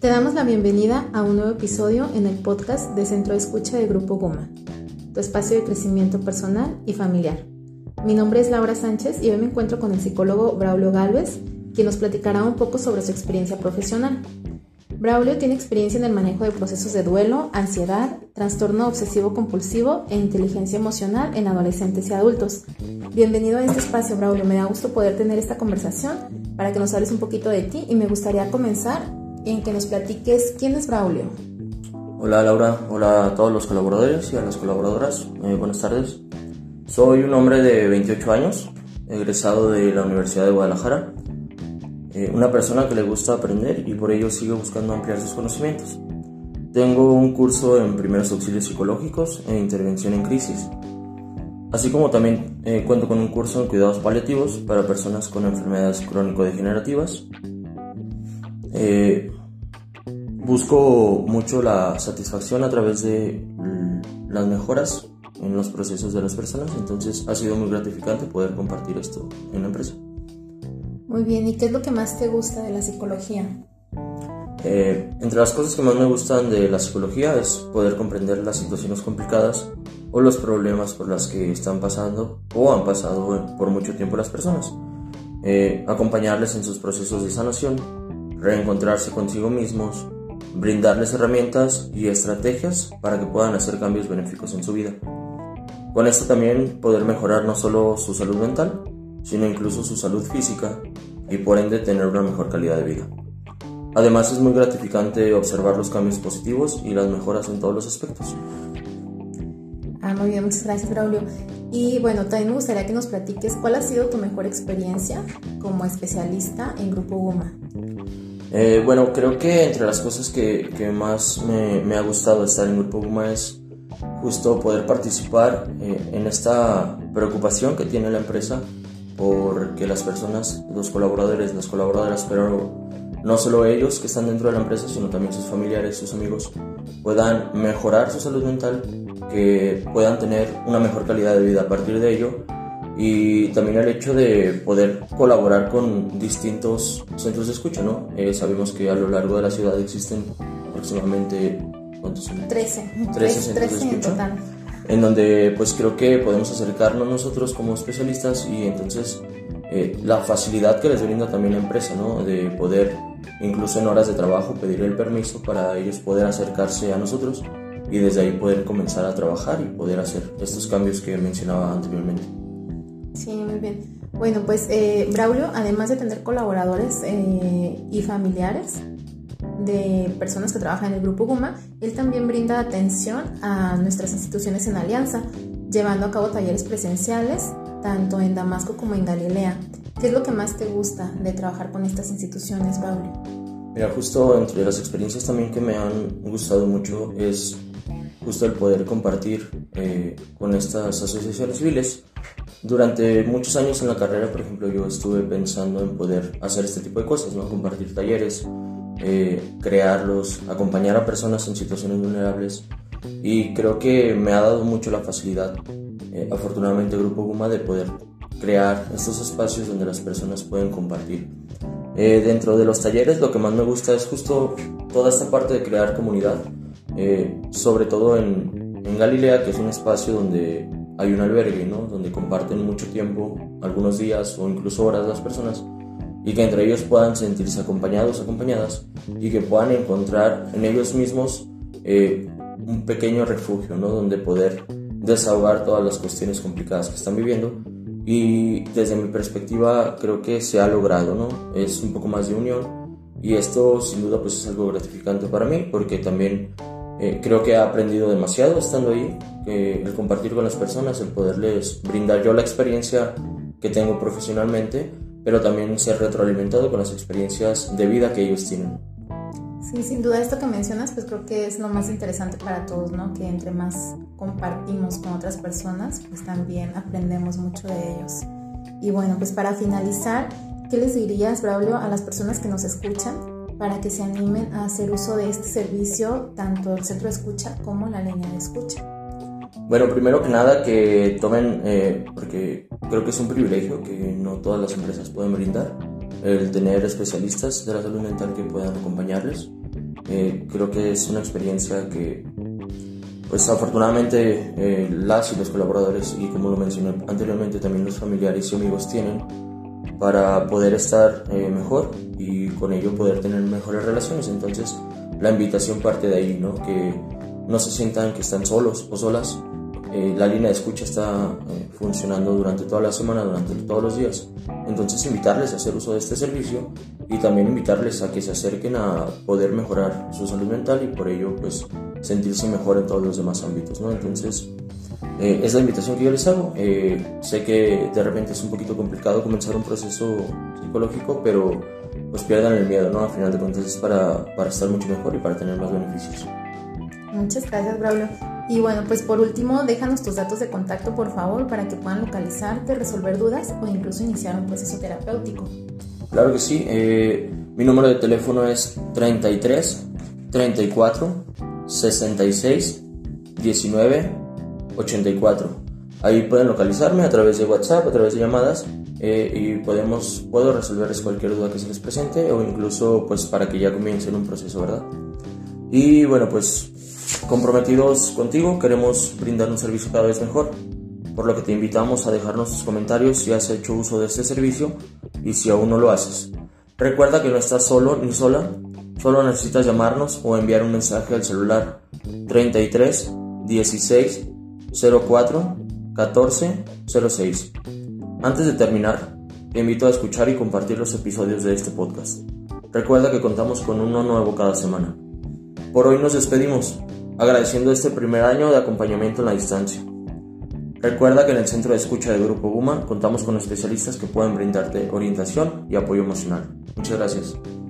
Te damos la bienvenida a un nuevo episodio en el podcast de Centro de Escucha de Grupo Guma, tu espacio de crecimiento personal y familiar. Mi nombre es Laura Sánchez y hoy me encuentro con el psicólogo Braulio Gálvez, quien nos platicará un poco sobre su experiencia profesional. Braulio tiene experiencia en el manejo de procesos de duelo, ansiedad, trastorno obsesivo-compulsivo e inteligencia emocional en adolescentes y adultos. Bienvenido a este espacio, Braulio. Me da gusto poder tener esta conversación para que nos hables un poquito de ti y me gustaría comenzar en que nos platiques quién es Braulio. Hola Laura, hola a todos los colaboradores y a las colaboradoras. Buenas tardes. Soy un hombre de 28 años, egresado de la Universidad de Guadalajara. Una persona que le gusta aprender y por ello sigue buscando ampliar sus conocimientos. Tengo un curso en primeros auxilios psicológicos e intervención en crisis, así como también cuento con un curso en cuidados paliativos para personas con enfermedades crónico-degenerativas. Busco mucho la satisfacción a través de las mejoras en los procesos de las personas, entonces ha sido muy gratificante poder compartir esto en la empresa. Muy bien, ¿y qué es lo que más te gusta de la psicología? Entre las cosas que más me gustan de la psicología es poder comprender las situaciones complicadas o los problemas por las que están pasando o han pasado por mucho tiempo las personas. Acompañarles en sus procesos de sanación, reencontrarse consigo mismos, brindarles herramientas y estrategias para que puedan hacer cambios benéficos en su vida. Con esto también poder mejorar no solo su salud mental, sino incluso su salud física y por ende tener una mejor calidad de vida. Además es muy gratificante observar los cambios positivos y las mejoras en todos los aspectos. Muy bien, muchas gracias, Braulio. Y bueno, también me gustaría que nos platiques cuál ha sido tu mejor experiencia como especialista en Grupo Guma. Bueno, creo que entre las cosas que más me ha gustado estar en Grupo Guma es justo poder participar en esta preocupación que tiene la empresa porque las personas, los colaboradores, las colaboradoras, pero no solo ellos que están dentro de la empresa, sino también sus familiares, sus amigos, puedan mejorar su salud mental, que puedan tener una mejor calidad de vida a partir de ello, y también el hecho de poder colaborar con distintos centros de escucha, ¿no? Sabemos que a lo largo de la ciudad existen aproximadamente, ¿cuántos son? 13 centros de escucha. En total. En donde pues creo que podemos acercarnos nosotros como especialistas y entonces la facilidad que les brinda también la empresa, ¿no? De poder incluso en horas de trabajo pedir el permiso para ellos poder acercarse a nosotros y desde ahí poder comenzar a trabajar y poder hacer estos cambios que mencionaba anteriormente. Sí, muy bien. Bueno, pues Braulio, además de tener colaboradores y familiares de personas que trabajan en el Grupo Guma, él también brinda atención a nuestras instituciones en alianza, llevando a cabo talleres presenciales, tanto en Damasco como en Galilea. ¿Qué es lo que más te gusta de trabajar con estas instituciones, Braulio? Mira, justo entre las experiencias también que me han gustado mucho es justo el poder compartir con estas asociaciones civiles. Durante muchos años en la carrera, por ejemplo, yo estuve pensando en poder hacer este tipo de cosas, ¿no? Compartir talleres, crearlos, acompañar a personas en situaciones vulnerables, y creo que me ha dado mucho la facilidad, afortunadamente Grupo Guma, de poder crear estos espacios donde las personas pueden compartir. Dentro de los talleres lo que más me gusta es justo toda esta parte de crear comunidad, sobre todo en Galilea, que es un espacio donde hay un albergue, ¿no? Donde comparten mucho tiempo, algunos días o incluso horas las personas, y que entre ellos puedan sentirse acompañados, acompañadas, y que puedan encontrar en ellos mismos un pequeño refugio, ¿no? Donde poder desahogar todas las cuestiones complicadas que están viviendo. Y desde mi perspectiva creo que se ha logrado, ¿no? Es un poco más de unión, y esto sin duda pues es algo gratificante para mí, porque también creo que he aprendido demasiado estando ahí, el compartir con las personas, el poderles brindar yo la experiencia que tengo profesionalmente, pero también ser retroalimentado con las experiencias de vida que ellos tienen. Sí, sin duda esto que mencionas pues creo que es lo más interesante para todos, ¿no? Que entre más compartimos con otras personas pues también aprendemos mucho de ellos. Y bueno, pues para finalizar, ¿qué les dirías, Braulio, a las personas que nos escuchan para que se animen a hacer uso de este servicio, tanto el centro de escucha como la línea de escucha? Bueno, primero que nada que tomen, porque creo que es un privilegio que no todas las empresas pueden brindar, el tener especialistas de la salud mental que puedan acompañarles. Creo que es una experiencia que, pues afortunadamente, las y los colaboradores, y como lo mencioné anteriormente, también los familiares y amigos tienen para poder estar mejor y con ello poder tener mejores relaciones. Entonces la invitación parte de ahí, ¿no? Que no se sientan que están solos o solas. La línea de escucha está funcionando durante toda la semana, durante todos los días. Entonces invitarles a hacer uso de este servicio y también invitarles a que se acerquen a poder mejorar su salud mental y por ello pues sentirse mejor en todos los demás ámbitos, ¿no? Entonces es la invitación que yo les hago. Sé que de repente es un poquito complicado comenzar un proceso psicológico, pero pues pierdan el miedo, ¿no? Al final de cuentas es para estar mucho mejor y para tener más beneficios. Muchas gracias, Braulio. Y bueno, pues por último, déjanos tus datos de contacto, por favor, para que puedan localizarte, resolver dudas o incluso iniciar un proceso terapéutico. Claro que sí. Mi número de teléfono es 33 34 66 19 84. Ahí pueden localizarme a través de WhatsApp, a través de llamadas, y puedo resolverles cualquier duda que se les presente o incluso pues para que ya comiencen un proceso, ¿verdad? Y bueno, pues comprometidos contigo, queremos brindar un servicio cada vez mejor, por lo que te invitamos a dejarnos tus comentarios si has hecho uso de este servicio y si aún no lo haces. Recuerda que no estás solo ni sola, solo necesitas llamarnos o enviar un mensaje al celular 33 16 04 14 06. Antes de terminar, te invito a escuchar y compartir los episodios de este podcast. Recuerda que contamos con uno nuevo cada semana. Por hoy nos despedimos, agradeciendo este primer año de acompañamiento en la distancia. Recuerda que en el Centro de Escucha de Grupo Guma contamos con especialistas que pueden brindarte orientación y apoyo emocional. Muchas gracias.